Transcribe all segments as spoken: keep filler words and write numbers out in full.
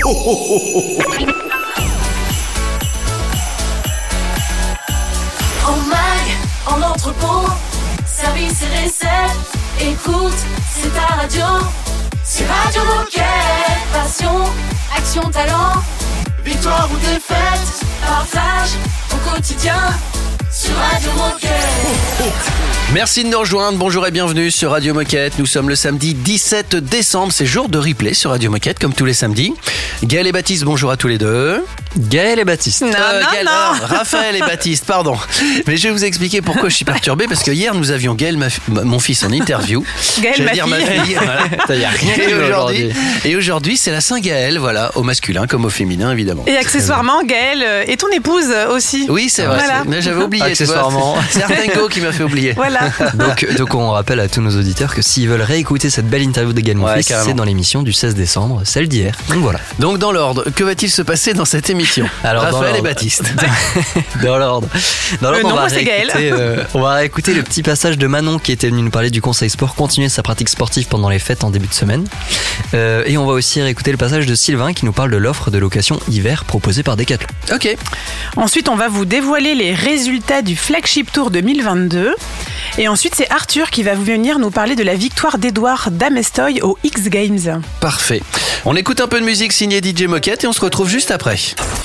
En mag, en entrepôt, service et recettes, écoute, c'est ta radio. C'est Radio Moquette. Passion, action, talent, victoire ou défaite, partage au quotidien sur Radio Moquette. Merci de nous rejoindre, bonjour et bienvenue sur Radio Moquette. Nous sommes le samedi dix-sept décembre, c'est jour de replay sur Radio Moquette comme tous les samedis. Gaël et Baptiste, bonjour à tous les deux. Gaël et Baptiste. Non, Euh, non, Gaël, non. ah, Raphaël et Baptiste, pardon. Mais je vais vous expliquer pourquoi je suis perturbé, parce que hier nous avions Gaël, ma fi- mon fils, en interview. Gaël, J'allais ma dire fille. ma fille. Voilà. Ça y a rien Et qui va aujourd'hui, aujourd'hui. et aujourd'hui, c'est la Saint-Gaël, voilà, au masculin comme au féminin, évidemment. Et accessoirement, Gaël euh, et ton épouse aussi. Oui, c'est vrai, Voilà. c'est- mais j'avais oublié. tu vois. Accessoirement. C'est Artengo qui m'a fait oublier. Voilà. Donc, donc on rappelle à tous nos auditeurs que s'ils veulent réécouter cette belle interview de Gaël Ouais, Monfils, carrément. c'est dans l'émission du seize décembre, celle d'hier. Donc voilà. Donc dans l'ordre, que va-t-il se passer dans cette émission? Alors, dans Raphaël et l'ordre. Baptiste. Dans l'ordre. Dans l'ordre, Euh, non, on va moi, c'est Gaël. réécouter, euh, on va réécouter le petit passage de Manon qui était venu nous parler du conseil sport, continuer sa pratique sportive pendant les fêtes en début de semaine. Euh, et on va aussi réécouter le passage de Sylvain qui nous parle de l'offre de location hiver proposée par Decathlon. Ok. Ensuite, on va vous dévoiler les résultats du Flagship Tour deux mille vingt-deux. Et ensuite, c'est Arthur qui va vous venir nous parler de la victoire d'Edouard Damestoy aux X Games. Parfait. On écoute un peu de musique signée D J Moquette et on se retrouve juste après.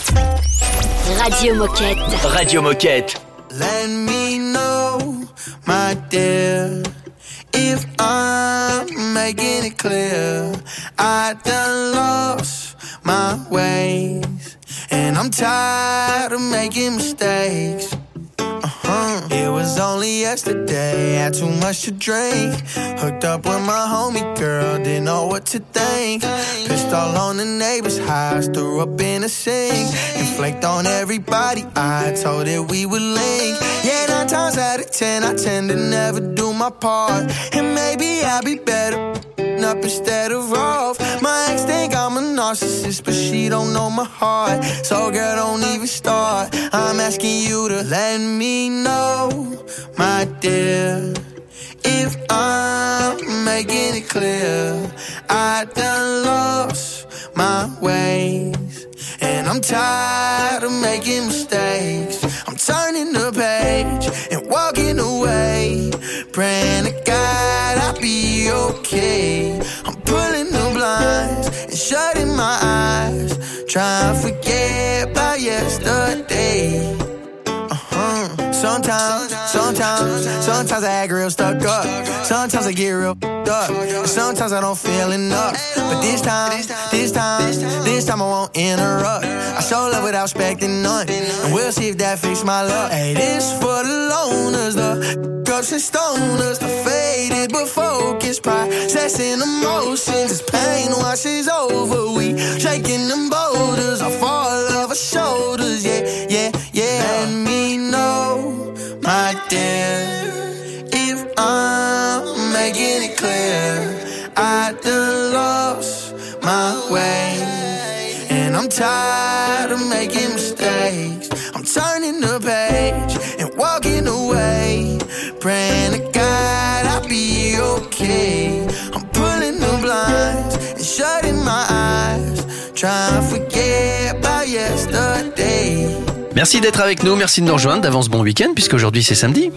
Radio Moquette. Radio Moquette. Let me know, my dear, if I'm making it clear. I done lost my ways, and I'm tired of making mistakes. Uh-huh. It was only yesterday, had too much to drink. Hooked up with my homie girl, didn't know what to think. Pissed all on the neighbor's house, threw up in a sink. And flaked on everybody, I told it we would link. Yeah, nine times out of ten, I tend to never do my part. And maybe I'll be better up instead of off. My ex think I'm a narcissist, but she don't know my heart. So girl, don't even start. I'm asking you to let me know, my dear, if I'm making it clear. I done lost my ways, and I'm tired of making mistakes. I'm turning the page and walking away, praying to God I'll be okay. I'm pulling the blinds and shutting my eyes, trying to forget about yesterday. Uh-huh. Sometimes, sometimes, sometimes I act real stuck up. Sometimes I get real f***ed up. And sometimes I don't feel enough. But this time, this time, this time I won't interrupt. I show love without expecting none, and we'll see if that fixes my luck. Hey, this for the loners, the ups and stoners, the faded but focused, processing emotions. As pain washes over, we shaking them boulders off all of our shoulders. Yeah, yeah, yeah. Let me know, my dear, if I'm making it clear. I done lost my way, and I'm tired of making mistakes. I'm turning the page and walking away, praying to God I'll be okay. I'm pulling the blinds and shutting my eyes, trying to forget about yesterday. Merci d'être avec nous, merci de nous rejoindre. D'avance, bon week-end, puisqu'aujourd'hui c'est samedi.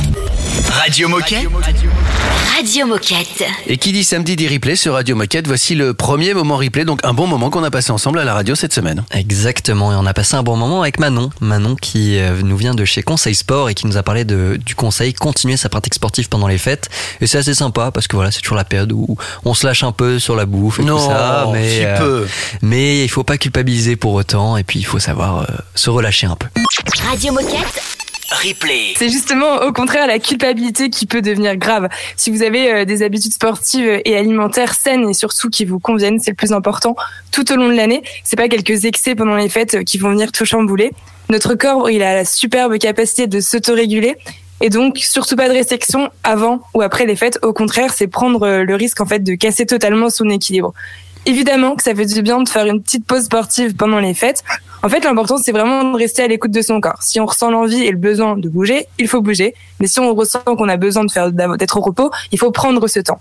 Radio Moquette. Radio Moquette. Et qui dit samedi dit replay sur Radio Moquette. Voici le premier moment replay, donc un bon moment qu'on a passé ensemble à la radio cette semaine. Exactement, et on a passé un bon moment avec Manon. Manon qui euh, nous vient de chez Conseil Sport et qui nous a parlé de, du conseil continuer sa pratique sportive pendant les fêtes. Et c'est assez sympa parce que voilà, c'est toujours la période où on se lâche un peu sur la bouffe et Non, tout ça. Mais, si euh, peu. mais il faut pas culpabiliser pour autant et puis il faut savoir euh, se relâcher un peu. Radio Moquette. Replay. C'est justement au contraire la culpabilité qui peut devenir grave. Si vous avez euh, des habitudes sportives et alimentaires saines et surtout qui vous conviennent, c'est le plus important tout au long de l'année. C'est pas quelques excès pendant les fêtes qui vont venir tout chambouler. Notre corps, il a la superbe capacité de s'autoréguler. Et donc, surtout pas de restriction avant ou après les fêtes. Au contraire, c'est prendre le risque en fait de casser totalement son équilibre. Évidemment que ça fait du bien de faire une petite pause sportive pendant les fêtes. En fait, l'important, c'est vraiment de rester à l'écoute de son corps. Si on ressent l'envie et le besoin de bouger, il faut bouger. Mais si on ressent qu'on a besoin de faire, d'être au repos, il faut prendre ce temps.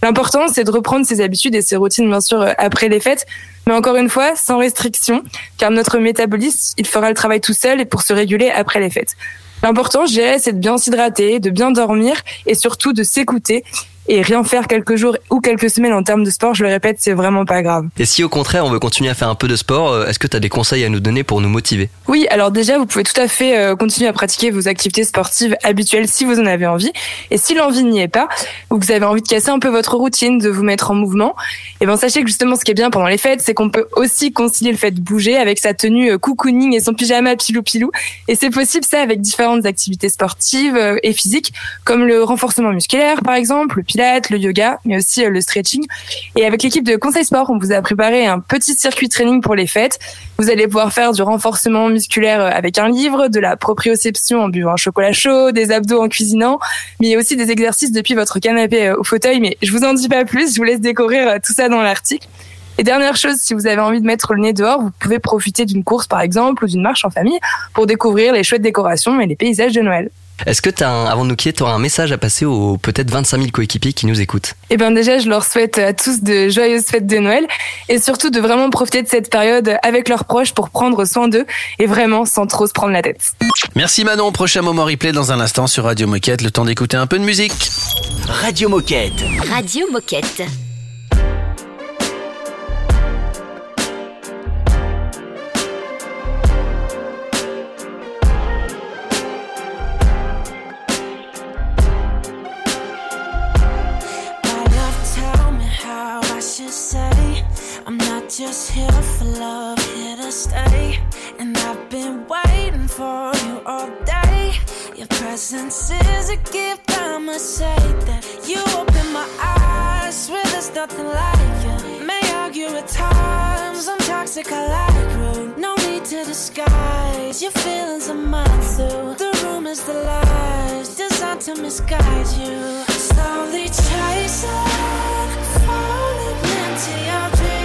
L'important, c'est de reprendre ses habitudes et ses routines, bien sûr, après les fêtes, mais encore une fois, sans restriction, car notre métabolisme, il fera le travail tout seul et pour se réguler après les fêtes. L'important, je dirais, c'est de bien s'hydrater, de bien dormir et surtout de s'écouter. Et rien faire quelques jours ou quelques semaines en termes de sport, je le répète, c'est vraiment pas grave. Et si au contraire on veut continuer à faire un peu de sport, est-ce que tu as des conseils à nous donner pour nous motiver ? Oui, alors déjà vous pouvez tout à fait continuer à pratiquer vos activités sportives habituelles si vous en avez envie. Et si l'envie n'y est pas, ou que vous avez envie de casser un peu votre routine, de vous mettre en mouvement, et ben sachez que justement ce qui est bien pendant les fêtes, c'est qu'on peut aussi concilier le fait de bouger avec sa tenue cocooning et son pyjama pilou-pilou. Et c'est possible ça avec différentes activités sportives et physiques, comme le renforcement musculaire par exemple, le pilates, le yoga, mais aussi le stretching. Et avec l'équipe de Conseil Sport, on vous a préparé un petit circuit training pour les fêtes. Vous allez pouvoir faire du renforcement musculaire avec un livre, de la proprioception en buvant un chocolat chaud, des abdos en cuisinant, mais il y a aussi des exercices depuis votre canapé au fauteuil, mais je vous en dis pas plus, je vous laisse découvrir tout ça dans l'article. Et dernière chose, si vous avez envie de mettre le nez dehors, vous pouvez profiter d'une course par exemple ou d'une marche en famille pour découvrir les chouettes décorations et les paysages de Noël. Est-ce que t'as un, avant de nous quitter, tu auras un message à passer aux peut-être vingt-cinq mille coéquipiers qui nous écoutent ? Eh bien déjà, je leur souhaite à tous de joyeuses fêtes de Noël et surtout de vraiment profiter de cette période avec leurs proches pour prendre soin d'eux et vraiment sans trop se prendre la tête. Merci Manon, prochain moment replay dans un instant sur Radio Moquette, le temps d'écouter un peu de musique. Radio Moquette. Radio Moquette. Just here for love, here to stay. And I've been waiting for you all day. Your presence is a gift, I must say that you open my eyes, swear there's nothing like you. May argue at times, I'm toxic, I like rude. No need to disguise, your feelings are mine too. The rumors, the lies, designed to misguide you. Slowly chasing, falling into your dreams.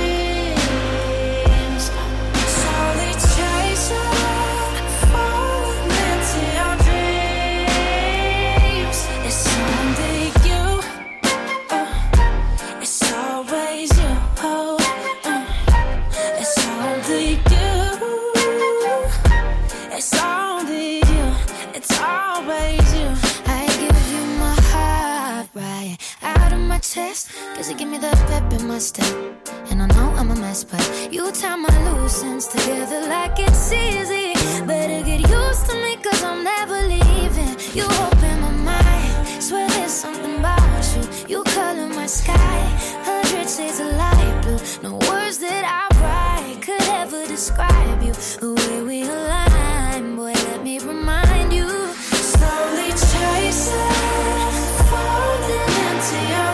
Cause you give me the pep in my step. And I know I'm a mess, but you tie my loose ends together like it's easy. Better get used to me cause I'm never leaving. You open my mind, swear there's something about you. You color my sky, hundred shades of light blue. No words that I write could ever describe you. The way we align, boy, let me remind you. Slowly chasing, falling into your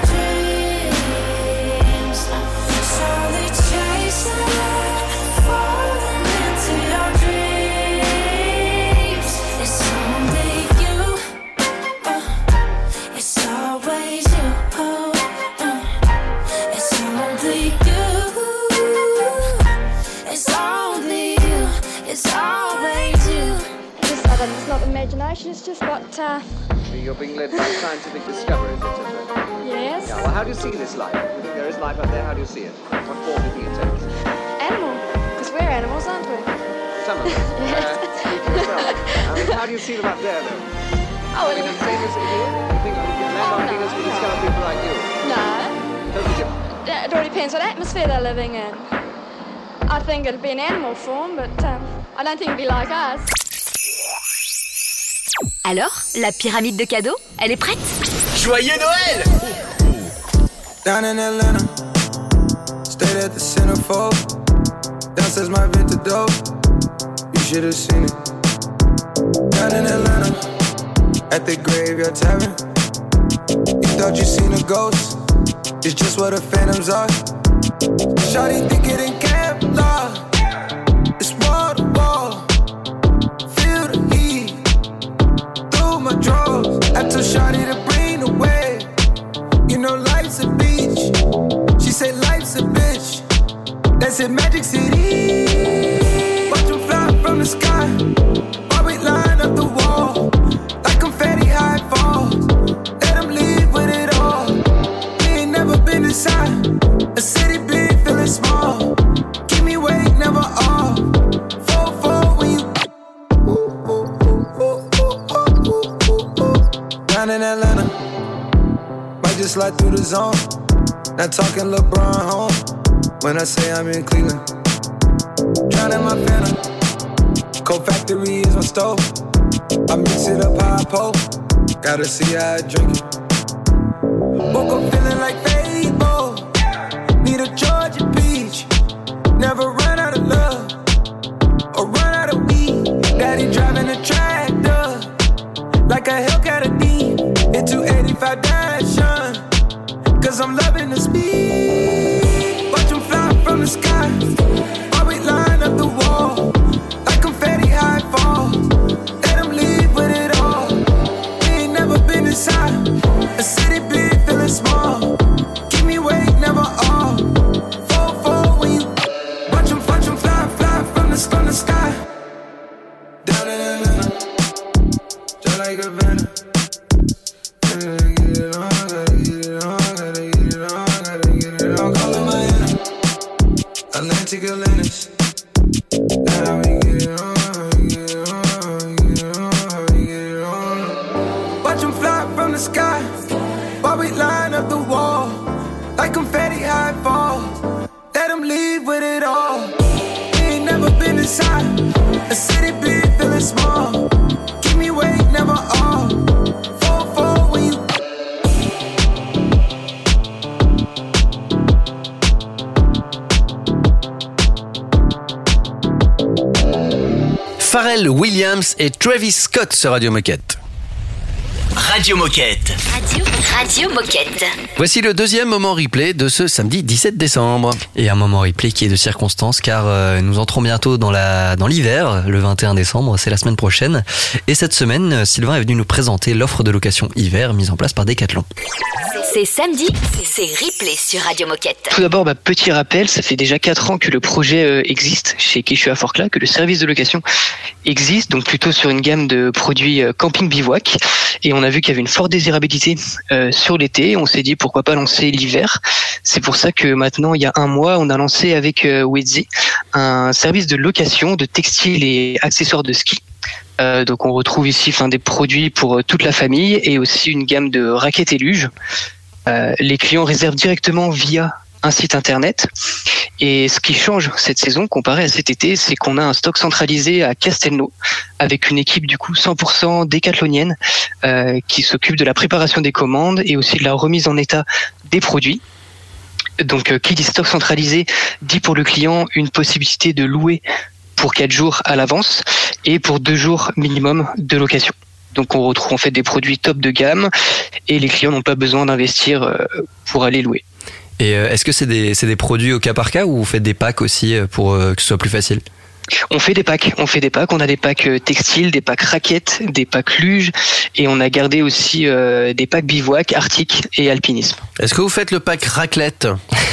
imagination, it's just what... Uh... So you're being led by scientific discoveries, et cetera. Yes. Yeah, well, how do you see this life? If there is life out there, how do you see it? What form do you think it takes? Animal, because we're animals, aren't we? Some of us. Yes. Uh, speak for yourself. I mean, how do you see them up there, though? Oh, I mean, it's the same as it here? You think land oh, on no, Venus will no. discover people like you? No. Totally different. It all depends what atmosphere they're living in. I think it'd be an animal form, but um, I don't think it'd be like us. Alors, la pyramide de cadeaux, elle est prête ? Joyeux Noël! Down in Atlanta, stayed at the centerfold. Downstairs my vintage dope, you should have seen it. Down in Atlanta, at the Graveyard Tavern. You thought you seen a ghost, it's just what the phantoms are. Shawty think it in Kevlar, it's wall to wall. Feel the heat through my drawers. I told Shawty to bring the wave. You know life's a beach. She said life's a bitch. That's in Magic City. Watch them fly from the sky. While we line up the wall like confetti high falls. Let them leave with it all. We ain't never right through the zone. Not talking LeBron home when I say I'm in Cleveland. Drowning my phantom. Cold Factory is my stove. I mix it up how I pull. Gotta see how I drink it. Woke up feeling like Fable. Need a Georgia peach. Never run out of love or run out of weed. Daddy driving a tractor like a Hellcat a D. Hit two eighty-five dash on, cause I'm loving the speed. Watch them fly from the sky while we line up the wall. Like confetti high fall. Let them leave with it all. We ain't never been inside a city big, feeling small. Keep me awake, never off. Fall, fall when you watch them, watch them fly, fly from the, from the sky. Down in Atlanta, just like a venom. Gotta get it on, gotta get it on, gotta get it on, gotta get it on. Call it Miami, Atlantic Atlantis. That's how we get it on, we get it on, we get it on, we get it on. Watch them fly from the sky while we line up the wall. Like confetti high fall. Let them leave with it all. We ain't never been inside a city big, feeling small. Keep me awake, never off. Fall, fall when you. Pharrell Williams et Travis Scott sur Radio Moquette. Radio Moquette. Radio, Radio Moquette. Voici le deuxième moment replay de ce samedi dix-sept décembre. Et un moment replay qui est de circonstance car euh, nous entrons bientôt dans, la, dans l'hiver, le vingt et un décembre, c'est la semaine prochaine. Et cette semaine, Sylvain est venu nous présenter l'offre de location hiver mise en place par Decathlon. C'est samedi, c'est replay sur Radio Moquette. Tout d'abord, bah, petit rappel, ça fait déjà quatre ans que le projet euh, existe chez Quechua Forclaz, que le service de location existe, donc plutôt sur une gamme de produits euh, camping bivouac. Et on a vu qu'il y avait une forte désirabilité euh, sur l'été. On s'est dit pourquoi pas lancer l'hiver. C'est pour ça que maintenant, il y a un mois, on a lancé avec euh, Wedzi un service de location de textiles et accessoires de ski. Euh, donc on retrouve ici enfin, des produits pour euh, toute la famille et aussi une gamme de raquettes et luges. Euh, les clients réservent directement via un site internet. Et ce qui change cette saison comparé à cet été, c'est qu'on a un stock centralisé à Castelnau avec une équipe du coup cent pour cent décathlonienne euh, qui s'occupe de la préparation des commandes et aussi de la remise en état des produits. Donc euh, qui dit stock centralisé dit pour le client une possibilité de louer pour quatre jours à l'avance et pour deux jours minimum de location. Donc on retrouve en fait des produits top de gamme et les clients n'ont pas besoin d'investir euh, pour aller louer. Et est-ce que c'est des, c'est des produits au cas par cas ou vous faites des packs aussi pour que ce soit plus facile ? On fait des packs, on fait des packs, on a des packs textiles, des packs raquettes, des packs luges et on a gardé aussi euh, des packs bivouac, arctique et alpinisme. Est-ce que vous faites le pack raclette ?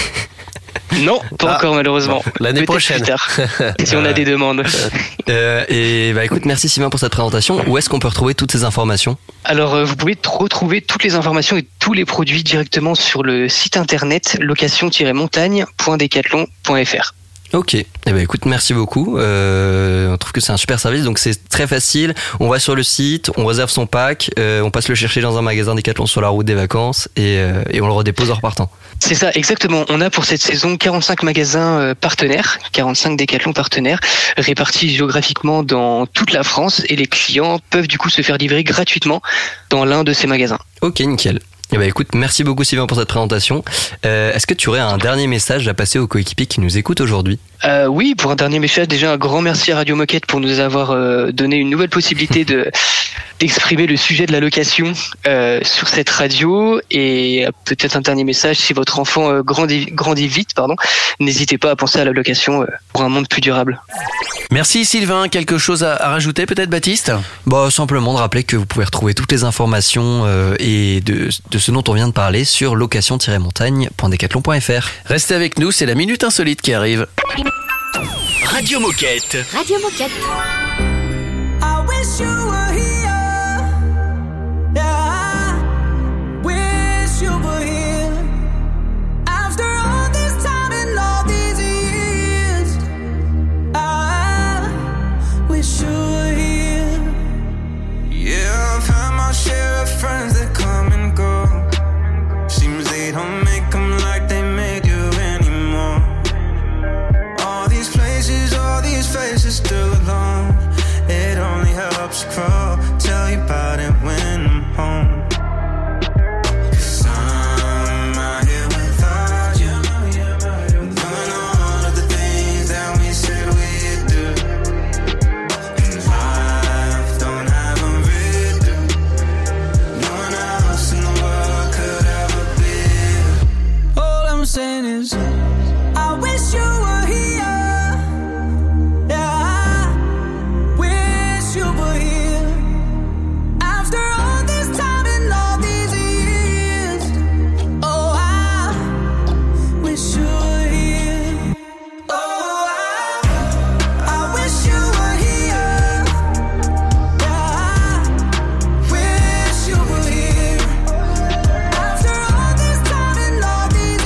Non, pas ah, encore malheureusement. Bon, l'année Peut-être prochaine. Plus tard, si on a des demandes. Euh, et bah écoute, merci Sylvain pour cette présentation. Où est-ce qu'on peut retrouver toutes ces informations ? Alors euh, vous pouvez retrouver toutes les informations et tous les produits directement sur le site internet location tiret montagne point decathlon point f r. Ok, eh ben écoute, merci beaucoup. Euh, on trouve que c'est un super service, donc c'est très facile. On va sur le site, on réserve son pack, euh, on passe le chercher dans un magasin Decathlon sur la route des vacances et, euh, et on le redépose en repartant. C'est ça, exactement. On a pour cette saison quarante-cinq magasins euh, partenaires, quarante-cinq Decathlon partenaires, répartis géographiquement dans toute la France et les clients peuvent du coup se faire livrer gratuitement dans l'un de ces magasins. Ok, nickel. Eh ben écoute, merci beaucoup Sylvain pour cette présentation. Euh, est-ce que tu aurais un dernier message à passer aux coéquipiers qui nous écoutent aujourd'hui ? euh, Oui, pour un dernier message, déjà un grand merci à Radio Moquette pour nous avoir euh, donné une nouvelle possibilité de d'exprimer le sujet de la location euh, sur cette radio. Et peut-être un dernier message, si votre enfant euh, grandit, grandit vite, pardon, n'hésitez pas à penser à la location euh, pour un monde plus durable. Merci Sylvain, quelque chose à, à rajouter peut-être Baptiste ? Bah, simplement de rappeler que vous pouvez retrouver toutes les informations euh, et de, de ce dont on vient de parler sur location tiret montagne point decathlon point f r. Restez avec nous, c'est la Minute Insolite qui arrive. Radio Moquette. Radio Moquette. I wish you were here. Yeah, I wish you were here. After all this time and all these years, I wish you were here. Yeah, I've had my share of friends that come and go. Seems scroll, tell you about it when I'm home. Saying is, I wish you were here. Yeah, I wish you were here. After all this time and all these years, oh, I wish you were here. Oh, I, I wish you were here. Yeah, I wish you were here. After all this time and all these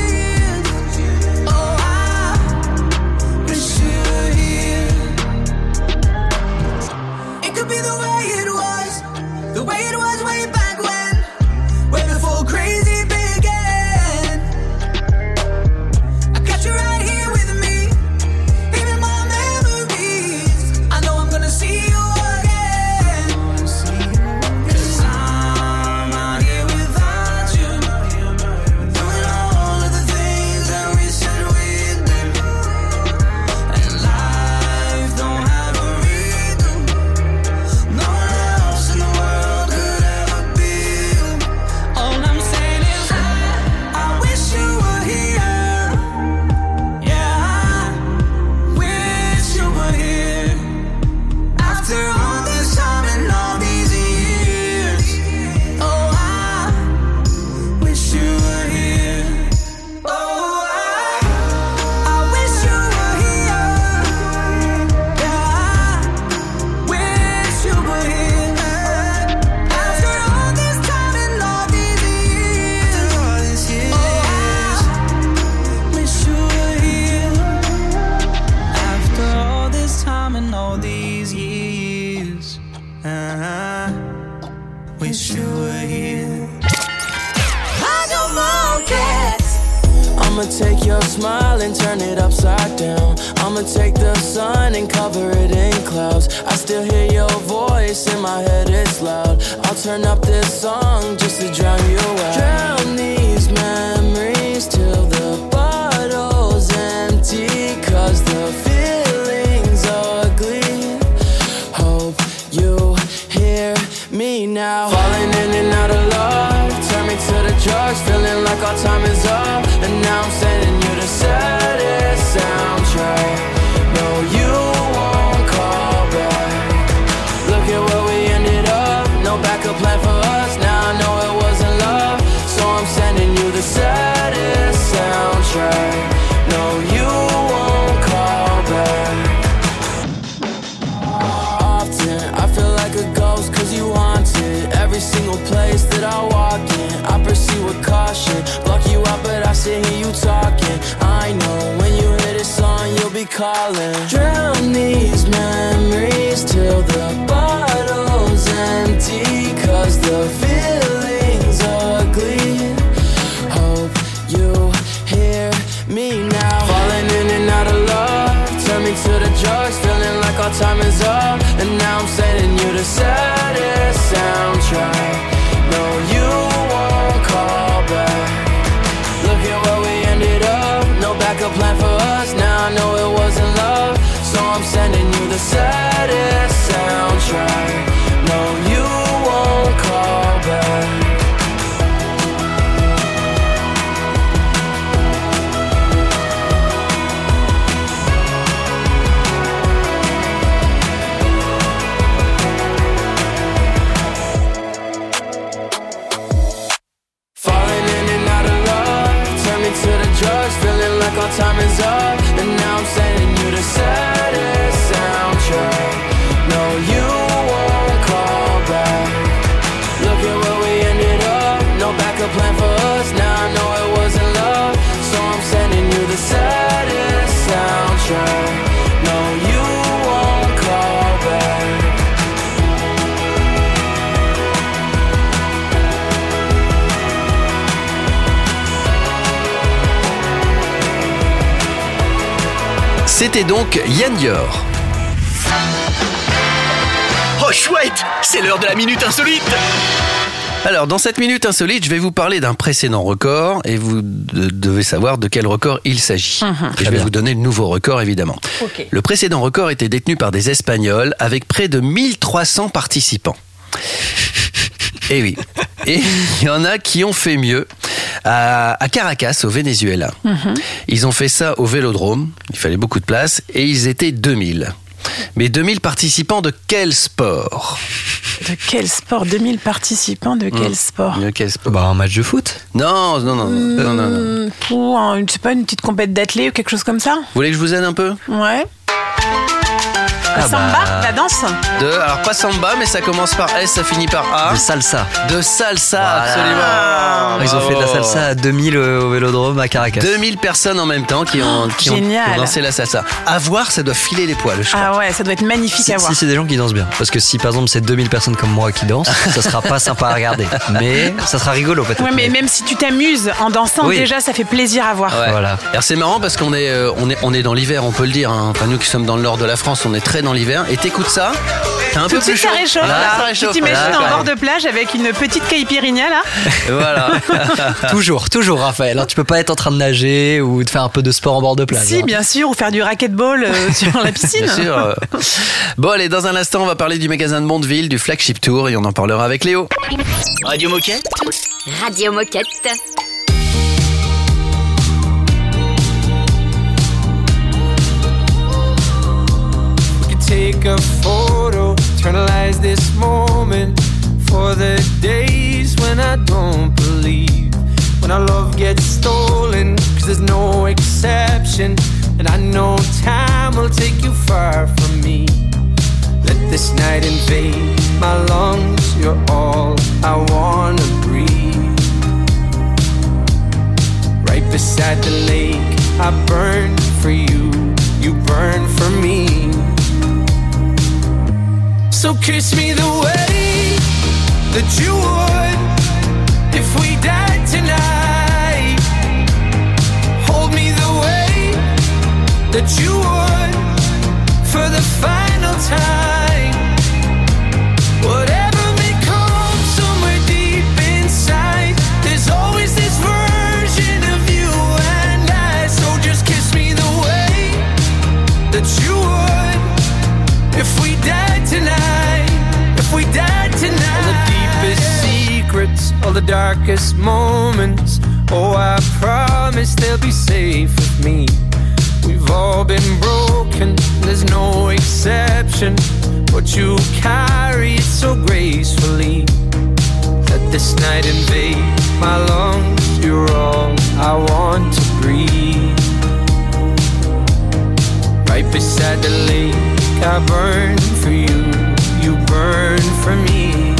I'ma take your smile and turn it upside down. I'ma take the sun and cover it in clouds. I still hear your voice in my head, it's loud. I'll turn up this song just to drown you out. Drown these memories till the bottle's empty, cause the feeling's ugly. Hope you hear me now. Falling in and out of love, turn me to the drugs, feeling like our time is up. And now I'm sending you the saddest soundtrack. No, you won't call back. Look at where we ended up, no backup plan for us. Now I know it wasn't love, so I'm sending you the saddest soundtrack. No, you won't call back. Often I feel like a ghost cause you haunted every single place that I walk in. I proceed with caution, block you out but I still hear you talking. I know when you hear this song you'll be calling. Drown these memories till the bottle's empty, cause the feeling's ugly. Hope you hear me now. Falling in and out of love, turn me to the drugs, feeling like our time is up. And now I'm sending you the saddest soundtrack. No, you won't call back. Look at where we ended up, no backup plan for us. Now I know it wasn't love, so I'm sending you the saddest soundtrack. No, you won't call back. Drugs, feeling like our time is up. And now I'm sending you the saddest soundtrack. No, you won't call back. Look at where we ended up, no backup plan for us. Now I know it wasn't love, so I'm sending you the saddest soundtrack. No, you won't call back. C'était donc Yann Dior. Oh chouette, c'est l'heure de la minute insolite. Alors, dans cette minute insolite, je vais vous parler d'un précédent record et vous de- devez savoir de quel record il s'agit. Mhm. Et je vais vous donner le nouveau record, évidemment. Ok. Le précédent record était détenu par des Espagnols avec près de mille trois cents participants. Et oui. Et il y en a qui ont fait mieux. À, à Caracas, au Venezuela. Mhm. Ils ont fait ça au Vélodrome. Il fallait beaucoup de place. Et ils étaient deux mille. Mais deux mille participants de quel sport ? De quel sport deux mille participants, de quel Mmh. sport De quel sport ? Bah, un match de foot. Non, non, non, non, non, non, non. Mmh, Pour, un- je sais pas, une petite compète d'athlètes ou quelque chose comme ça. Vous voulez que je vous aide un peu ? Ouais. La Ah samba, bah. la danse. De, alors pas samba, mais ça commence par S, ça finit par A. De salsa. De salsa, Voilà. absolument. Ils ont fait de la Bravo. salsa à deux mille au Vélodrome à Caracas. deux mille personnes en même temps qui ont, qui ont, qui Génial. ont dansé la salsa. À voir, ça doit filer les poils, je crois. Ah ouais, ça doit être magnifique Si, à voir. si c'est des gens qui dansent bien. Parce que si par exemple c'est deux mille personnes comme moi qui dansent, ça sera pas sympa à regarder. Mais ça sera rigolo peut-être. Ouais, mais même si tu t'amuses en dansant, Oui. déjà, ça fait plaisir à voir. Ouais. Voilà. Alors c'est marrant parce qu'on est, euh, on est, on est dans l'hiver, on peut le dire. Hein. Enfin, nous qui sommes dans le nord de la France, on est très dans l'hiver. Et t'écoutes ça, t'es un Tout peu de suite, plus chaud. ça réchauffe. Là, là. ça Tu réchauffe. t'imagines Là, en quand bord même. de plage avec une petite caipirinha là. Voilà. Toujours, toujours Raphaël. Alors, tu peux pas être en train de nager ou de faire un peu de sport en bord de plage. Si, hein. bien sûr, ou faire du racquetball euh, sur la piscine. Bien sûr. euh. Bon, allez, dans un instant, on va parler du magasin de Mondeville, du flagship tour, et on en parlera avec Léo. Radio Moquette. Radio Moquette. We could take a photo, eternalize this moment for the days when I don't believe, when our love gets stolen, cause there's no exception, and I know time will take you far from me. Let this night invade my lungs, you're all I wanna breathe. Right beside the lake, I burn for you, you burn for me. So kiss me the way that you would if we died tonight. Hold me the way that you would for the final time. Whatever may come somewhere deep inside, there's always this version of you and I. So just kiss me the way that you would if we died tonight. If we died tonight. All the deepest secrets, all the darkest moments, oh, I promise they'll be safe with me. We've all been broken, there's no exception, but you carry it so gracefully. Let this night invade my lungs, you're all I want to breathe. Right beside the lake, I burn for you, you burn for me.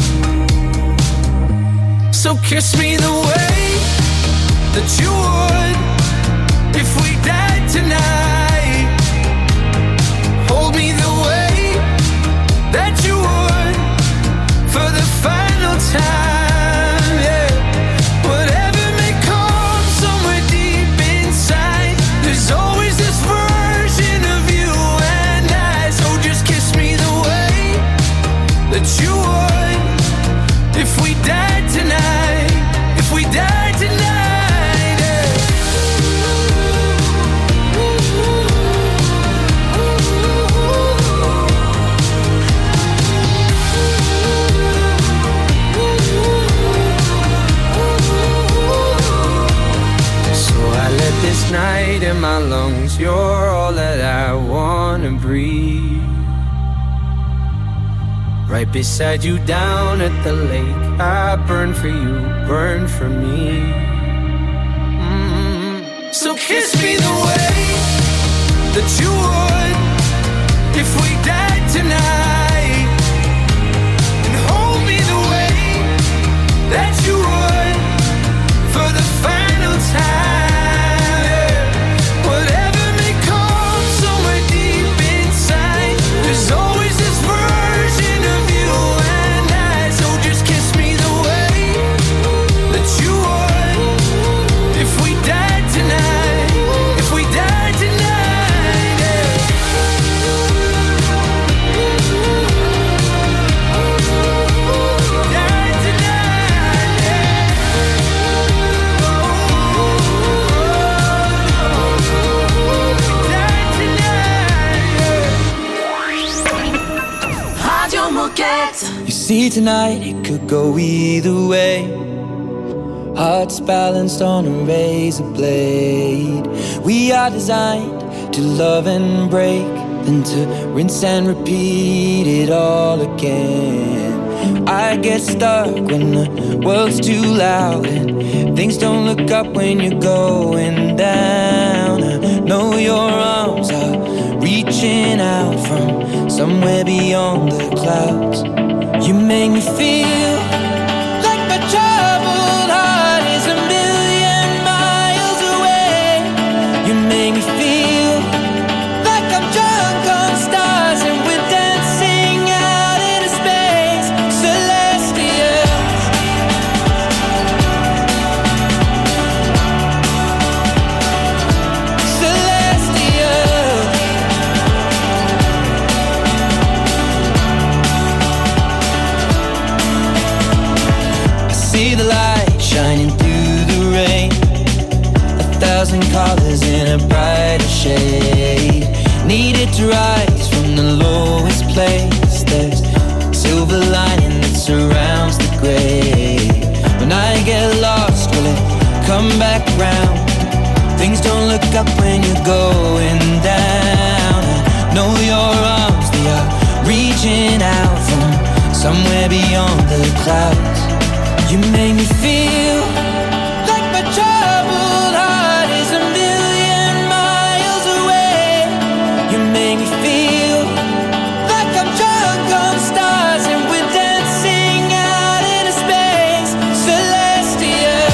So kiss me the way that you would if we died tonight. Hold me the way that you would for the final time, yeah. Whatever may come somewhere deep inside, there's always this version of you and I. So just kiss me the way that you would if we died tonight. If we died tonight, yeah. So I let this night in my lungs, you're all that I wanna breathe. Right beside you down at the lake, I burn for you, burn for me. Mm. So kiss me the way that you would if we died tonight, and hold me the way that you would for the final time, yeah. Whatever may come somewhere deep inside, there's always this version of you and I. So just kiss me the way that you would if we died tonight. If we died tonight, yeah. Moquette. You see tonight it could go either way. Hearts balanced on a razor blade. We are designed to love and break, then to rinse and repeat it all again. I get stuck when the world's too loud and things don't look up when you're going down. I know your arms are reaching out from somewhere beyond the clouds. You make me feel like my troubled heart is a million miles away. You make me feel like I'm drunk on stars and we're dancing out into space, celestial. Celestial. I see the light shining through the rain, a thousand colors in a brighter shade. Needed to rise from the lowest place. There's silver lining that surrounds the gray. When I get lost, will it come back round? Things don't look up when you're going down. I know your arms, they are reaching out from somewhere beyond the clouds. You make me feel like my troubled heart is a million miles away. You make me feel like I'm drunk on stars and we're dancing out into space, celestial.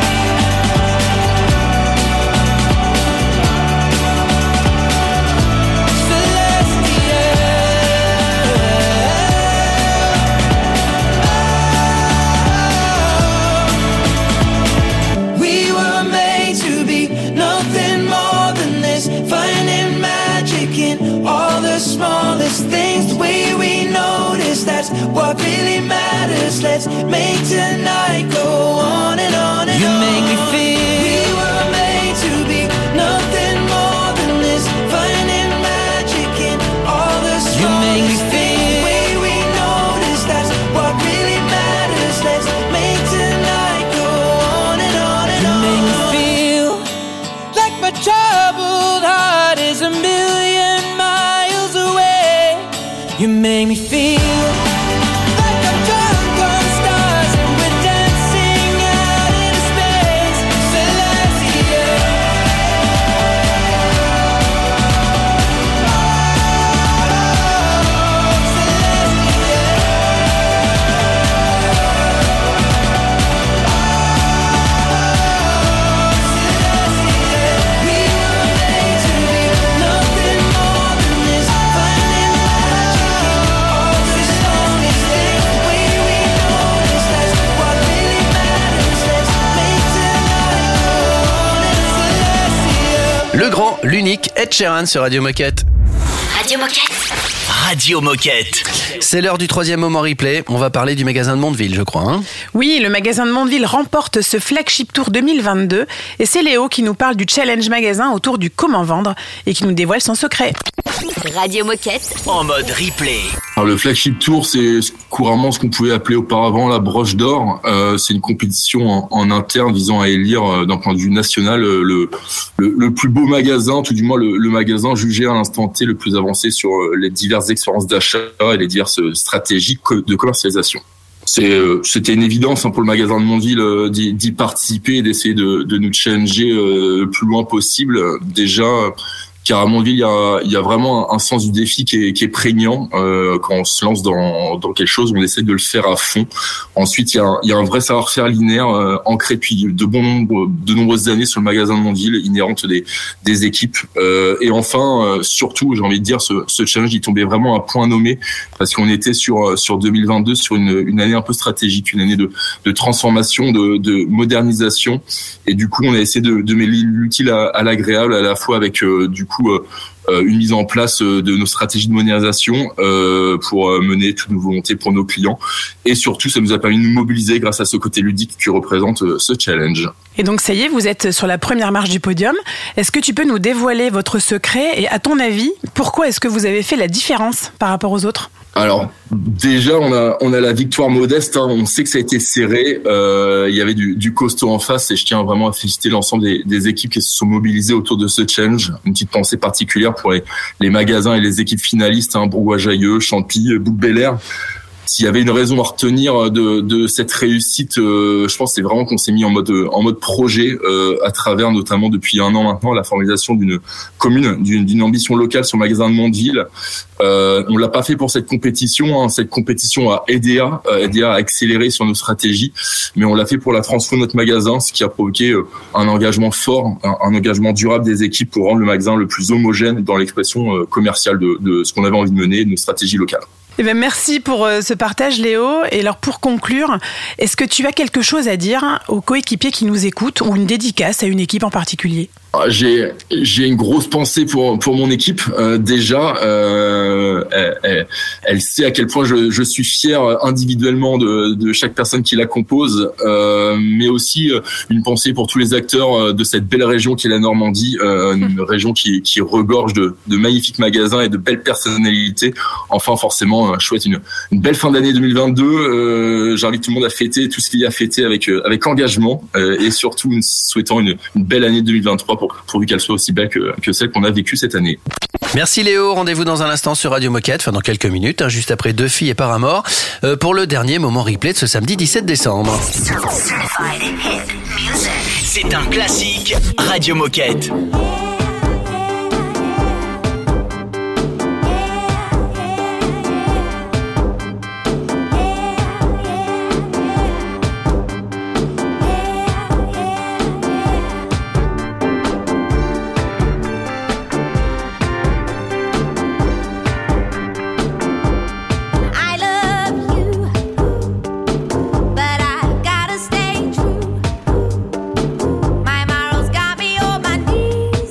We were made to be nothing more than this, finding magic in all the smallest things. The way we notice, that's what really matters. Let's make tonight go on and on and you on. You make me feel we were made to be nothing more than this, finding magic in all the smallest you make me feel things. The way we notice, that's what really matters. Let's make tonight go on and on and you on. You make me feel like my troubled heart is a million miles away. You make me feel like I'm drunk on stars and we're dancing out into space, celestial. Le grand, l'unique Ed Sheeran sur Radio Moquette. Radio Moquette. Radio Moquette. C'est l'heure du troisième moment replay. On va parler du magasin de Mondeville, je crois. Hein Oui, le magasin de Mondeville remporte ce Flagship Tour deux mille vingt-deux et c'est Léo qui nous parle du challenge magasin autour du comment vendre et qui nous dévoile son secret. Radio Moquette. En mode replay. Alors, le Flagship Tour, c'est couramment ce qu'on pouvait appeler auparavant la broche d'or. Euh, c'est une compétition en, en interne visant à élire, euh, d'un point de vue national, euh, le, le, le plus beau magasin, tout du moins le, le magasin jugé à l'instant T le plus avancé sur euh, les diverses expériences d'achat et les diverses stratégies de commercialisation. C'est, euh, c'était une évidence hein, pour le magasin de Mondeville euh, d'y, d'y participer et d'essayer de, de nous challenger euh, le plus loin possible. Déjà, car à Mondeville, il y a, il y a vraiment un, un sens du défi qui est, qui est prégnant. Euh, quand on se lance dans, dans quelque chose, on essaie de le faire à fond. Ensuite, il y a, il y a un vrai savoir-faire linéaire euh, ancré depuis de bon nombre, de nombreuses années sur le magasin de Mondeville, inhérente des, des équipes. Euh, et enfin, euh, surtout, j'ai envie de dire, ce, ce challenge, il tombait vraiment à point nommé parce qu'on était sur sur deux mille vingt-deux, sur une, une année un peu stratégique, une année de, de transformation, de, de modernisation. Et du coup, on a essayé de, de mêler l'utile à, à l'agréable, à la fois avec euh, du coup euh, une mise en place de nos stratégies de modernisation euh, pour mener toutes nos volontés pour nos clients. Et surtout, ça nous a permis de nous mobiliser grâce à ce côté ludique que représente ce challenge. Et donc, ça y est, vous êtes sur la première marche du podium. Est-ce que tu peux nous dévoiler votre secret et, à ton avis, pourquoi est-ce que vous avez fait la différence par rapport aux autres ? Alors déjà on a on a la victoire modeste, hein. On sait que ça a été serré, euh, il y avait du, du costaud en face et je tiens vraiment à féliciter l'ensemble des, des équipes qui se sont mobilisées autour de ce challenge. Une petite pensée particulière pour les, les magasins et les équipes finalistes, hein, Bourgois-Jallieu, Champy, Bouc-Bel-Air. S'il y avait une raison à retenir de, de cette réussite, euh, je pense que c'est vraiment qu'on s'est mis en mode en mode projet euh, à travers notamment depuis un an maintenant la formalisation d'une commune, d'une, d'une ambition locale sur le magasin de Mondeville. Euh, on l'a pas fait pour cette compétition, hein. Cette compétition a aidé à euh, aidé à accélérer sur nos stratégies, mais on l'a fait pour la transfo de notre magasin, ce qui a provoqué euh, un engagement fort, un, un engagement durable des équipes pour rendre le magasin le plus homogène dans l'expression euh, commerciale de, de ce qu'on avait envie de mener, de nos stratégies locales. Eh ben merci pour ce partage, Léo. Et alors, pour conclure, est-ce que tu as quelque chose à dire aux coéquipiers qui nous écoutent ou une dédicace à une équipe en particulier ? J'ai j'ai une grosse pensée pour pour mon équipe. Euh, déjà, euh, elle, elle, elle sait à quel point je, je suis fier individuellement de, de chaque personne qui la compose, euh, mais aussi une pensée pour tous les acteurs de cette belle région qui est la Normandie, euh, une région qui qui regorge de, de magnifiques magasins et de belles personnalités. Enfin, forcément, je souhaite une, une belle fin d'année deux mille vingt-deux. Euh, j'invite tout le monde à fêter tout ce qu'il y a à fêter avec avec engagement euh, et surtout une, souhaitant une, une belle année deux mille vingt-trois. Pour, pourvu qu'elle soit aussi belle que, que celle qu'on a vécue cette année. Merci Léo, rendez-vous dans un instant sur Radio Moquette, enfin dans quelques minutes, hein, juste après Deux filles et Paramore, euh, pour le dernier moment replay de ce samedi dix-sept décembre. C'est un classique Radio Moquette. Stay true. My morals got me on my knees.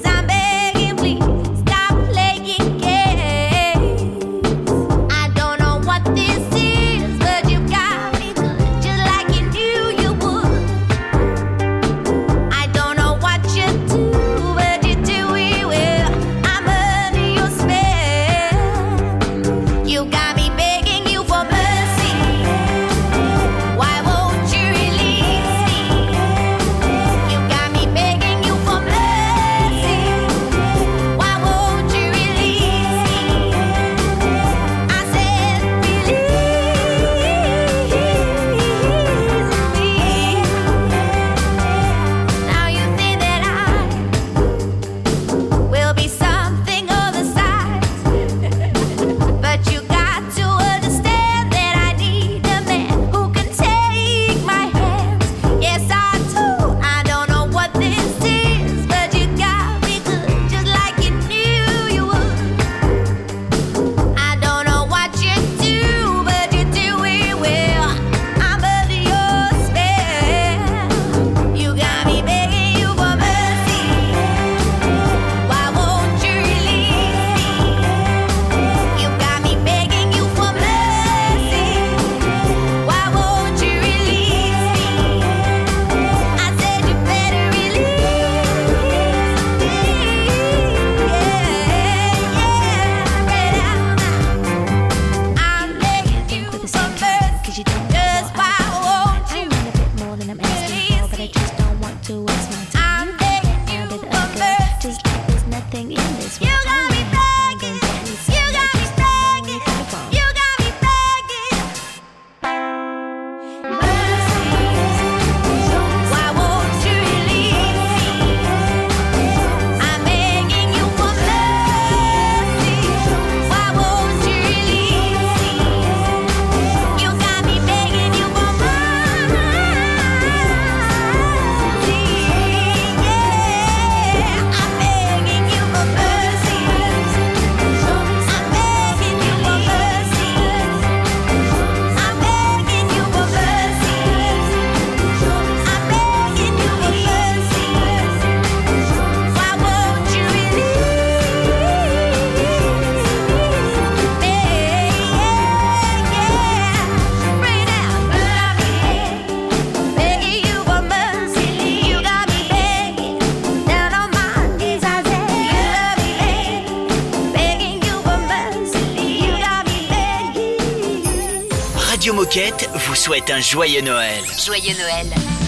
Radio Moquette vous souhaite un joyeux Noël. Joyeux Noël.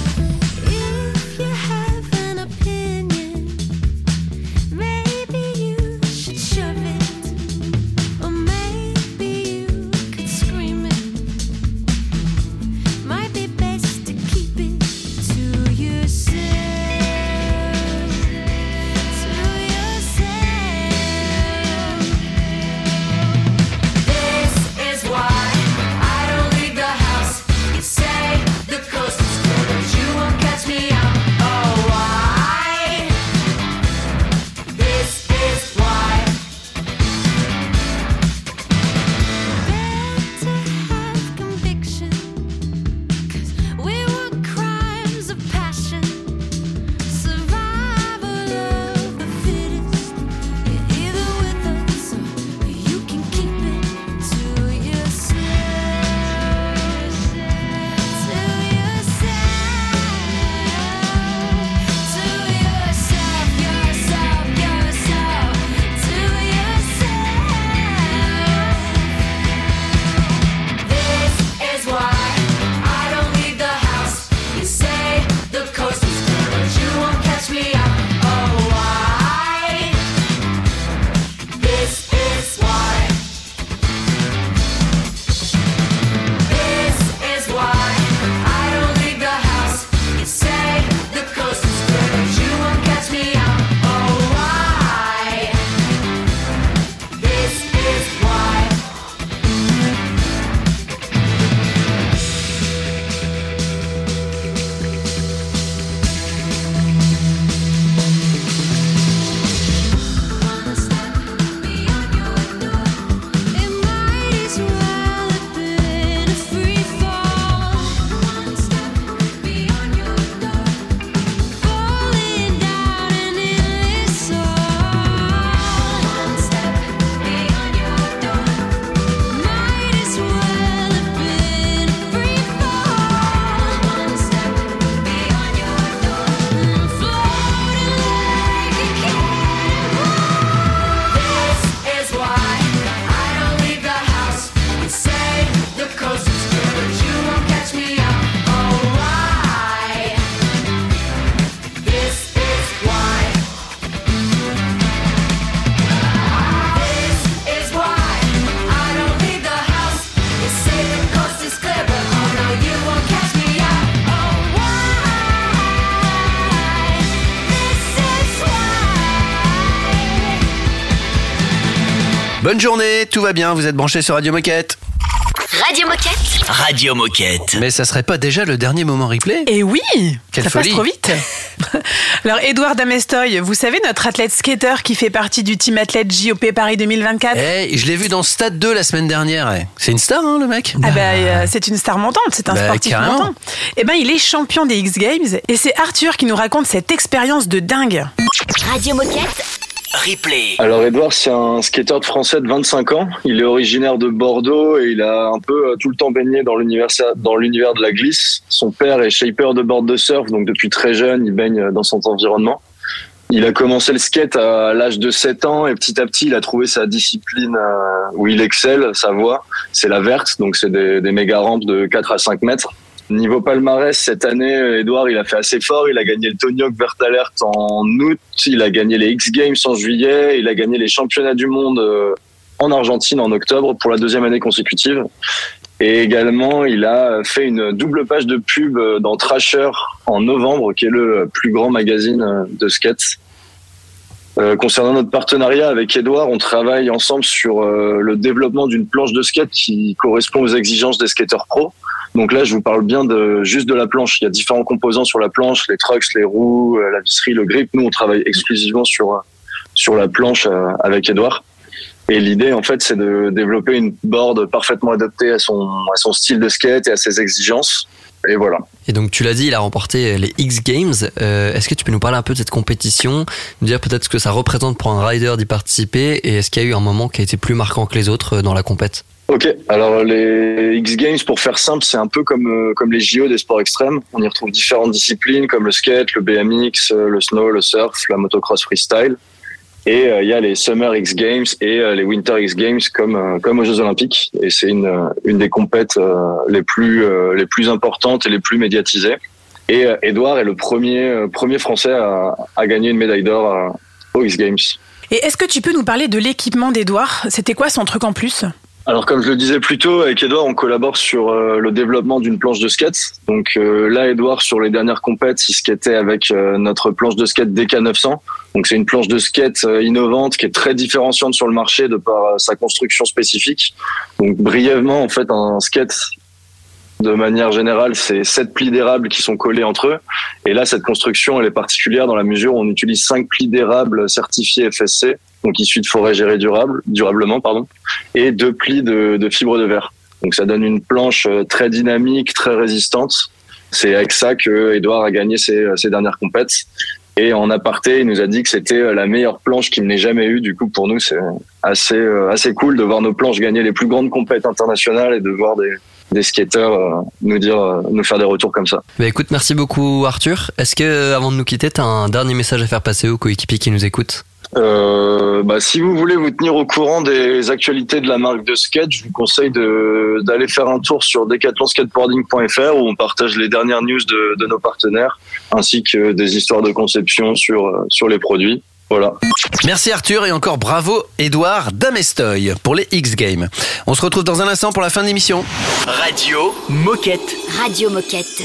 Bonne journée, tout va bien, vous êtes branchés sur Radio Moquette. Radio Moquette. Radio Moquette. Mais ça serait pas déjà le dernier moment replay ? Et oui, quelle ça folie. passe trop vite. Alors, Edouard Damestoy, vous savez, notre athlète skater qui fait partie du team athlète J O P Paris deux mille vingt-quatre. Eh, je l'ai vu dans Stade deux la semaine dernière. Eh. C'est une star, hein, le mec ? Ah bah, euh, c'est une star montante, c'est un bah, sportif carrément. montant. Eh ben, il est champion des X Games et c'est Arthur qui nous raconte cette expérience de dingue. Radio Moquette. Replay. Alors Edouard, c'est un skateur de français de vingt-cinq ans. Il est originaire de Bordeaux et il a un peu tout le temps baigné dans l'univers, dans l'univers de la glisse. Son père est shaper de board de surf, donc depuis très jeune, il baigne dans son environnement. Il a commencé le skate à l'âge de sept ans et petit à petit, il a trouvé sa discipline où il excelle, sa voie. C'est la verte, donc c'est des, des méga rampes de quatre à cinq mètres. Niveau palmarès, cette année, Edouard, il a fait assez fort. Il a gagné le Tony Hawk Vert Alert en août. Il a gagné les X Games en juillet. Il a gagné les championnats du monde en Argentine en octobre pour la deuxième année consécutive. Et également, il a fait une double page de pub dans Thrasher en novembre, qui est le plus grand magazine de skate. Euh, concernant notre partenariat avec Edouard, on travaille ensemble sur euh, le développement d'une planche de skate qui correspond aux exigences des skateurs pros. Donc là, je vous parle bien de juste de la planche. Il y a différents composants sur la planche, les trucks, les roues, la visserie, le grip. Nous, on travaille exclusivement sur sur la planche avec Edouard. Et l'idée, en fait, c'est de développer une board parfaitement adaptée à son à son style de skate et à ses exigences. Et voilà. Et donc tu l'as dit, il a remporté les X Games. Euh, est-ce que tu peux nous parler un peu de cette compétition, nous dire peut-être ce que ça représente pour un rider d'y participer, et est-ce qu'il y a eu un moment qui a été plus marquant que les autres dans la compète ? Ok, alors les X Games, pour faire simple, c'est un peu comme comme les J O des sports extrêmes. On y retrouve différentes disciplines comme le skate, le B M X, le snow, le surf, la motocross freestyle. Et il euh, y a les Summer X Games et euh, les Winter X Games comme euh, comme aux Jeux Olympiques. Et c'est une une des compètes euh, les plus euh, les plus importantes et les plus médiatisées. Et euh, Edouard est le premier euh, premier Français à, à gagner une médaille d'or euh, aux X Games. Et est-ce que tu peux nous parler de l'équipement d'Edouard ? C'était quoi son truc en plus ? Alors comme je le disais plus tôt, avec Edouard, on collabore sur euh, le développement d'une planche de skate. Donc euh, là, Edouard, sur les dernières compètes, il skatait avec euh, notre planche de skate D K neuf cents. Donc c'est une planche de skate euh, innovante qui est très différenciante sur le marché de par euh, sa construction spécifique. Donc brièvement, en fait, un skate, de manière générale, c'est sept plis d'érable qui sont collés entre eux. Et là, cette construction, elle est particulière dans la mesure où on utilise cinq plis d'érable certifiés F S C, donc issus de forêts gérées durable, durablement, pardon, et deux plis de, de fibres de verre. Donc ça donne une planche très dynamique, très résistante. C'est avec ça que Edouard a gagné ses, ses dernières compètes. Et en aparté, il nous a dit que c'était la meilleure planche qu'il n'ait jamais eue. Du coup, pour nous, c'est assez assez cool de voir nos planches gagner les plus grandes compètes internationales et de voir des des skateurs euh, nous dire euh, nous faire des retours comme ça. Bah écoute, merci beaucoup Arthur. Est-ce que avant de nous quitter, t'as un dernier message à faire passer aux coéquipiers qui nous écoutent ? Euh, bah, si vous voulez vous tenir au courant des actualités de la marque de skate, je vous conseille de, d'aller faire un tour sur decathlon skateboarding point f r où on partage les dernières news de, de nos partenaires ainsi que des histoires de conception sur, sur les produits. Voilà. Merci Arthur et encore bravo Edouard d'Amestoy pour les X Games. On se retrouve dans un instant pour la fin de l'émission. Radio Moquette. Radio Moquette.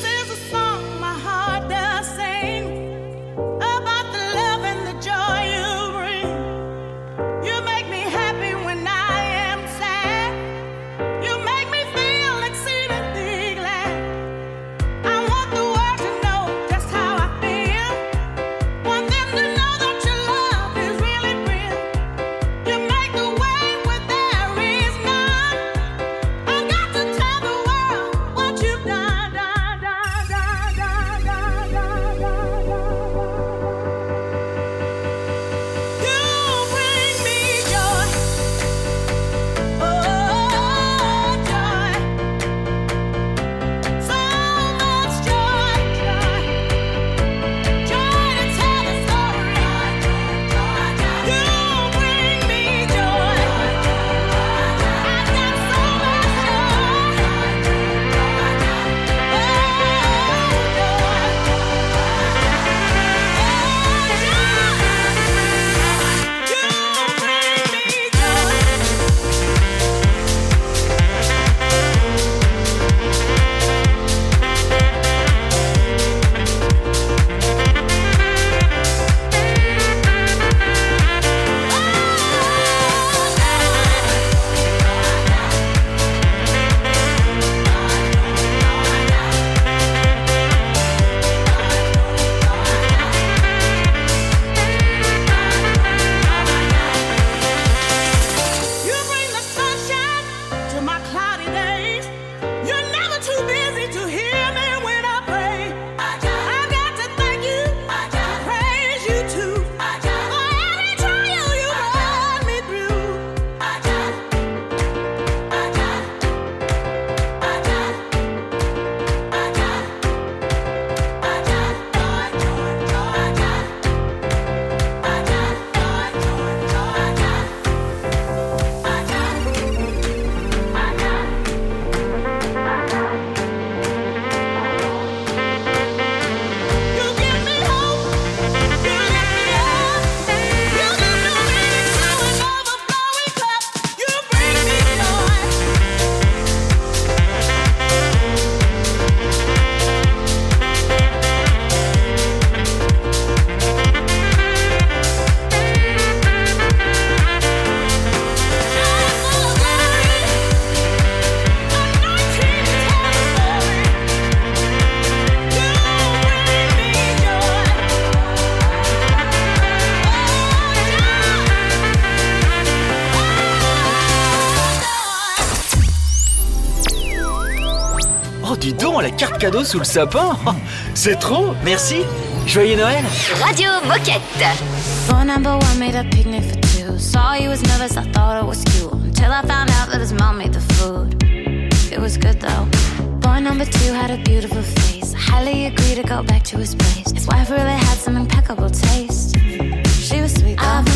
dis donc, la carte cadeau sous le sapin. C'est trop, merci. Joyeux Noël. Radio Moquette. Phone number one made a picnic for two. Saw he was nervous, I thought it was cute. Until I found out that his mom made the food. It was good though. Boy number two had a beautiful face. I highly agreed to go back to his place. His wife really had some impeccable taste. She was sweet though.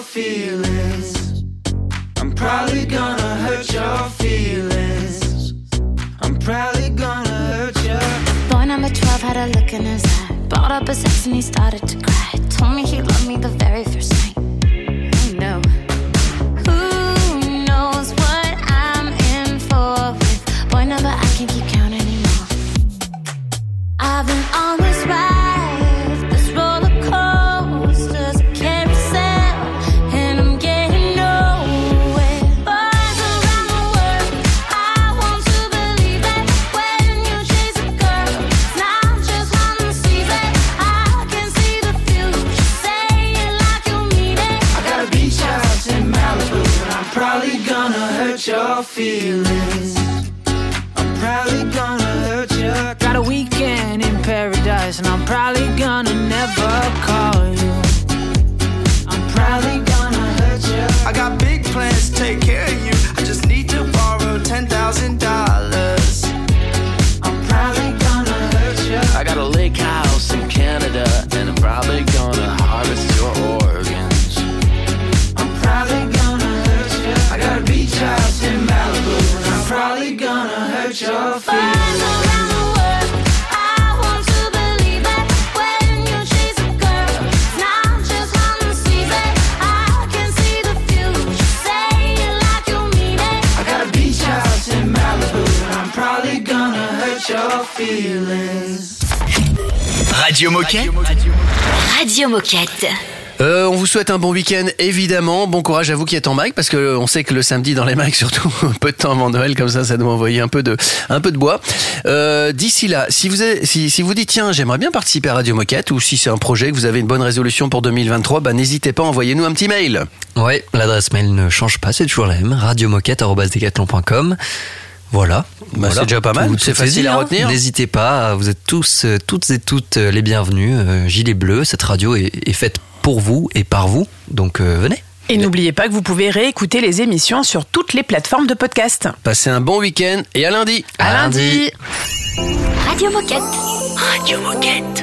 feelings. I'm probably gonna hurt your feelings. I'm probably gonna hurt you. Boy number twelve had a look in his eye. Brought up his ex and he started to cry. Told me he loved me the very first night. Oh no. Who knows what I'm in for with boy number I can't keep count anymore. I've been on this ride, this roller coaster's a carousel, and I'm getting nowhere. Boys around the world, I want to believe that when you chase a girl, it's not just one season. I can see the future, say it like you mean it. I got a beach house in Malibu, and I'm probably gonna hurt your feelings. I'm probably gonna hurt you. Got a weekend in paradise, and I'm probably gonna never call you. I'm probably gonna hurt you. I got big plans to take care of you. I just need to borrow ten thousand dollars. I'm probably gonna hurt you. I got a lake house in Canada, and I'm probably gonna harvest your organs. I'm probably gonna hurt you. I got a beach house in Malibu, and I'm probably gonna hurt your feelings. Your feelings. Radio Moquette. Radio Moquette. Euh, on vous souhaite un bon week-end, évidemment. Bon courage à vous qui êtes en mic, parce que on sait que le samedi dans les mics, surtout un peu de temps avant Noël, comme ça, ça doit envoyer un peu de, un peu de bois. Euh, d'ici là, si vous avez, si, si vous dites tiens, j'aimerais bien participer à Radio Moquette, ou si c'est un projet que vous avez une bonne résolution pour deux mille vingt-trois, bah n'hésitez pas, envoyez-nous un petit mail. Ouais, l'adresse mail ne change pas, c'est toujours la même. radio moquette arobase decathlon point com. Voilà, bah voilà. C'est déjà pas mal, Tout, c'est tout facile dit, à hein. retenir. N'hésitez pas, vous êtes tous, toutes et toutes les bienvenus. Euh, Gilet bleu, cette radio est, est faite pour vous et par vous, donc euh, venez. Et n'oubliez pas que vous pouvez réécouter les émissions sur toutes les plateformes de podcast. Passez un bon week-end et à lundi. À, à lundi. lundi. Radio Moquette. Radio Moquette.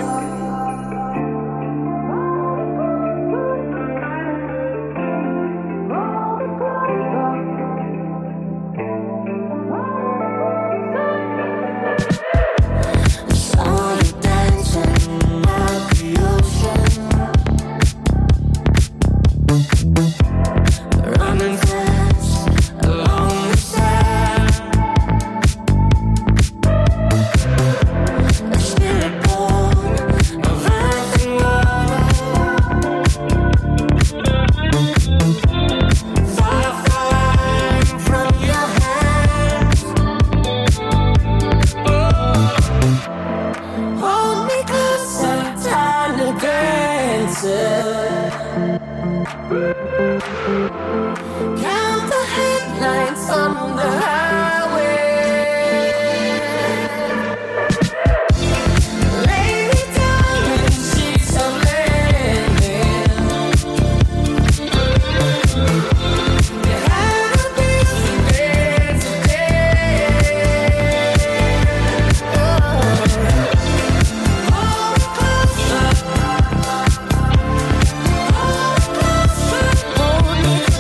Hold me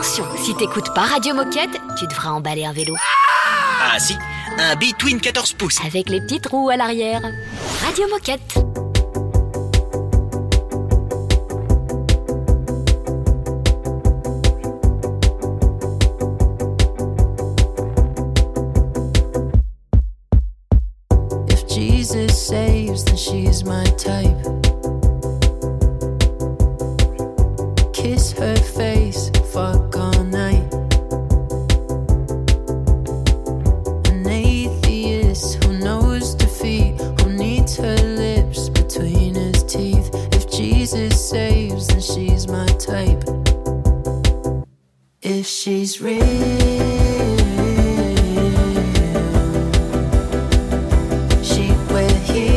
Attention, si t'écoutes pas Radio Moquette, tu devras emballer un vélo. Ah si, un B-Twin quatorze pouces. Avec les petites roues à l'arrière. Radio Moquette. If Jesus saves, then she's my type. Kiss her face, fuck all night. An atheist who knows defeat, who needs her lips between his teeth. If Jesus saves, then she's my type. If she's real, she'd wear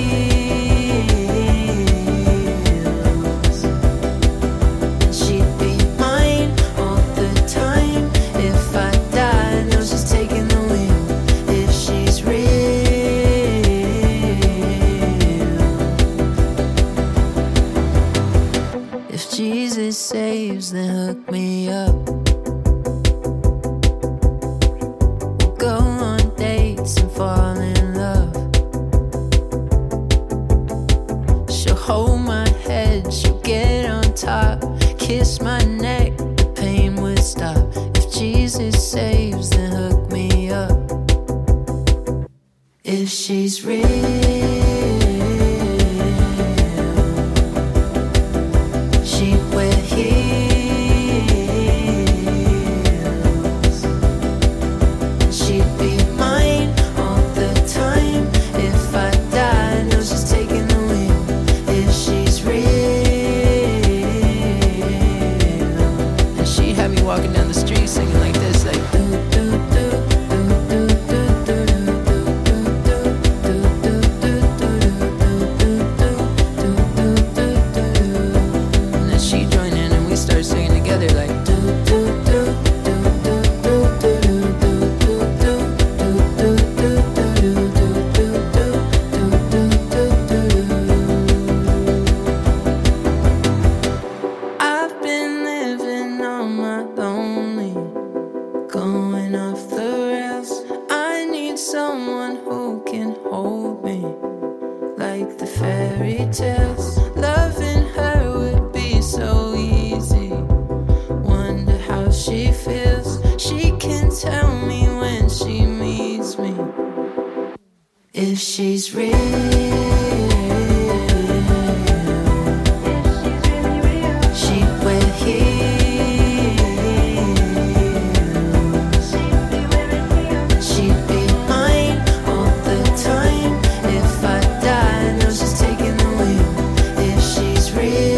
heels, and she'd be mine all the time. If I die, no, she's taking the wheel. If she's real, if Jesus saves, then hook me up. We'll go on dates and fall in love. She'll hold my head, she'll get on top, kiss my neck, the pain would stop. If Jesus saves, then hook me up. If she's real, she'd wear heels, and she'd be mine all the time. If I die, no, she's taking the wheel. If she's real, and she had me walking down the street singing like this, like do do do do do do do and then she joined in and we started singing together like do do do do do do do do do I've been living on my lonely, going off the rails. I need someone who can hold me like the fairy tales. Loving her would be so easy. Wonder how she feels. She can tell me when she meets me. If she's real, she'd wear heels, she'd be mine all the time. If I die, no, she's taking the wheel. If she's real,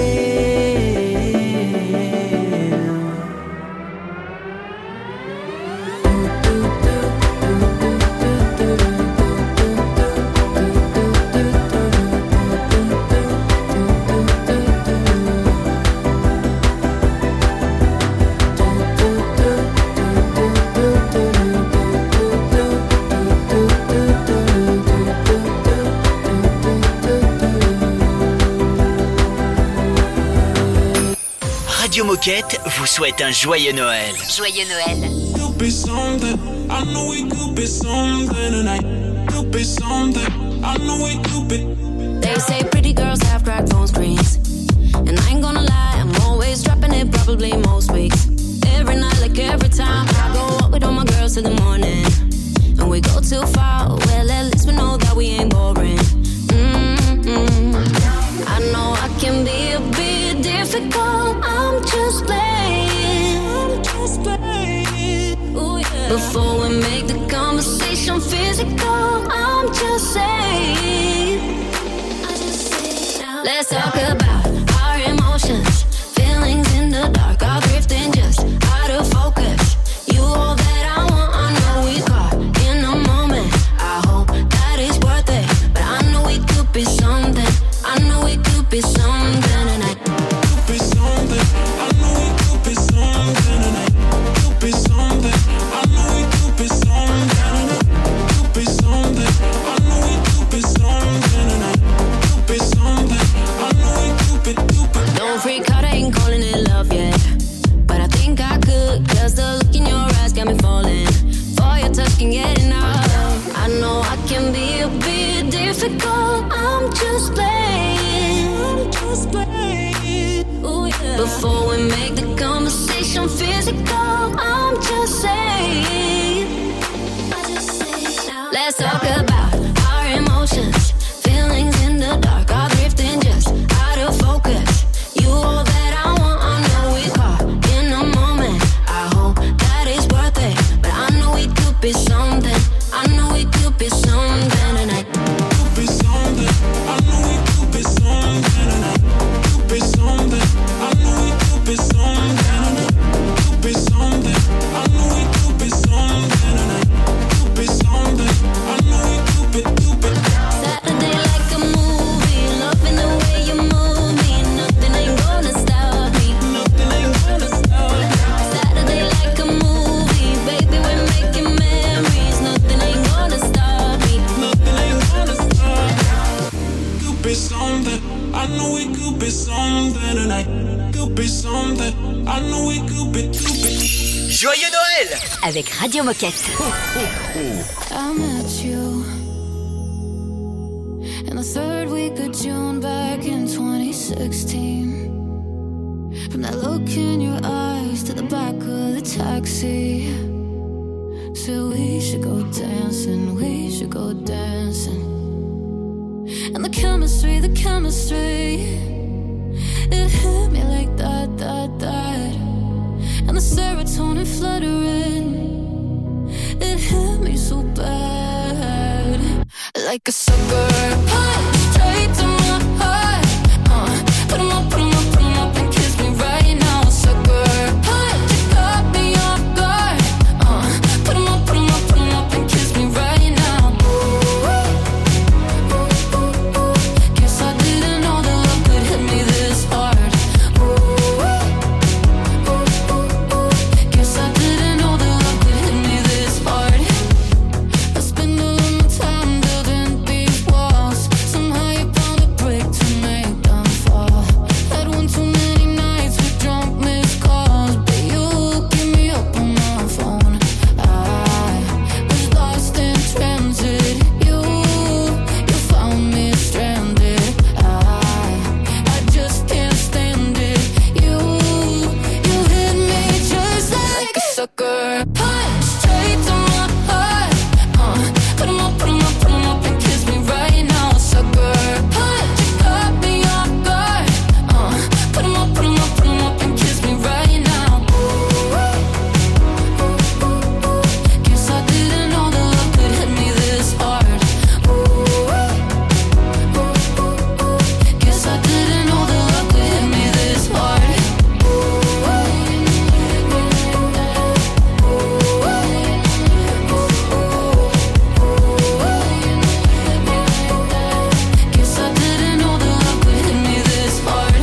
Radio Moquette vous souhaite un joyeux Noël. Joyeux Noël. Could be something. I know we could be something tonight. Could be something. I know we could be. They say pretty girls have cracked phone screens, and I ain't gonna lie, I'm always dropping it probably most weeks. Every night, like every time, I go out with all my girls till the morning, and we go too far. Well, at least we know that we ain't boring. Mm-hmm. I know I can be a bit difficult. I'm just playing. I'm just playing. Ooh, yeah. Before we make the conversation physical, I'm just saying. I just say now. Let's talk about our emotions, feelings in the dark, are drifting just out of focus. You all that I want, I know we caught in a moment. I hope that it's worth it, but I know we could be something. I know we could be something tonight. Could be something. I know we could be something tonight. Could be something. I know we could be something tonight. Could be something. I know we could be something tonight. Could be something. I know we could be. Before we make the conversation physical, I'm just saying, let's talk about our emotions, feelings in the dark, are drifting just out of focus. You all that I want, I know we caught in a moment. I hope that it's worth it, but I know we could be something. I know we could be something tonight. Could be something. I know we could be something tonight. Could be something. I know we could be something tonight. Could be something. I know we could be something tonight. Could be something. I know we could be, could be. Saturday like a movie, loving the way you move me. Nothing ain't gonna stop me. Nothing ain't gonna stop me. Saturday like a movie, baby we're making memories. Nothing ain't gonna stop me. Nothing ain't gonna stop me. Could be something. I know we could be something tonight. Could be something. I know we could be, could be. Joyeux Noël Avec Radio Moquette. I met you in the third week of June back in twenty sixteen. From that look in your eyes to the back of the taxi, said we should go dancing, we should go dancing. And the chemistry, the chemistry, it hit me like that, that, that. And the serotonin fluttering, it hit me so bad. Like a sucker punch straight to my heart. uh, Put 'em up, put 'em up, put 'em up and kiss me right now. Sucker punch, you got me off guard. uh, Put 'em up, put 'em up, put 'em up and kiss me right now. Ooh, ooh, ooh, ooh. Guess I didn't know that love could hit me this hard. Ooh, ooh, ooh, ooh. Guess I didn't know that love could hit me this hard. I spend all of my time building these walls. Somehow you found a brick to make them fall. Had one too many nights with drunk missed calls, but you keep me up on my phone. I was lost in transit. You, you found me stranded. I, I just can't stand it. You, you hit me just like a sucker punch straight to my heart. uh, Put 'em up, put 'em up, put 'em up and kiss me right now. Sucker punch, you got me off guard. uh, Put 'em up, put 'em up, put 'em up and kiss me right now. Ooh, ooh, ooh, ooh. Guess I didn't know that love could hit me this hard. Ooh, ooh, ooh, ooh. Guess I didn't know that love could hit me this hard. Guess I didn't know that love could hit me this hard.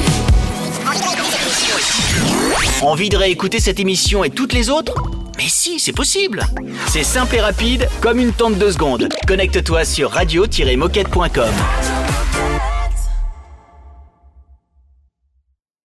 Envie de réécouter cette émission et toutes les autres? Mais si, c'est possible. C'est simple et rapide, comme une tente de secondes. Connecte-toi sur radio tiret moquette point com.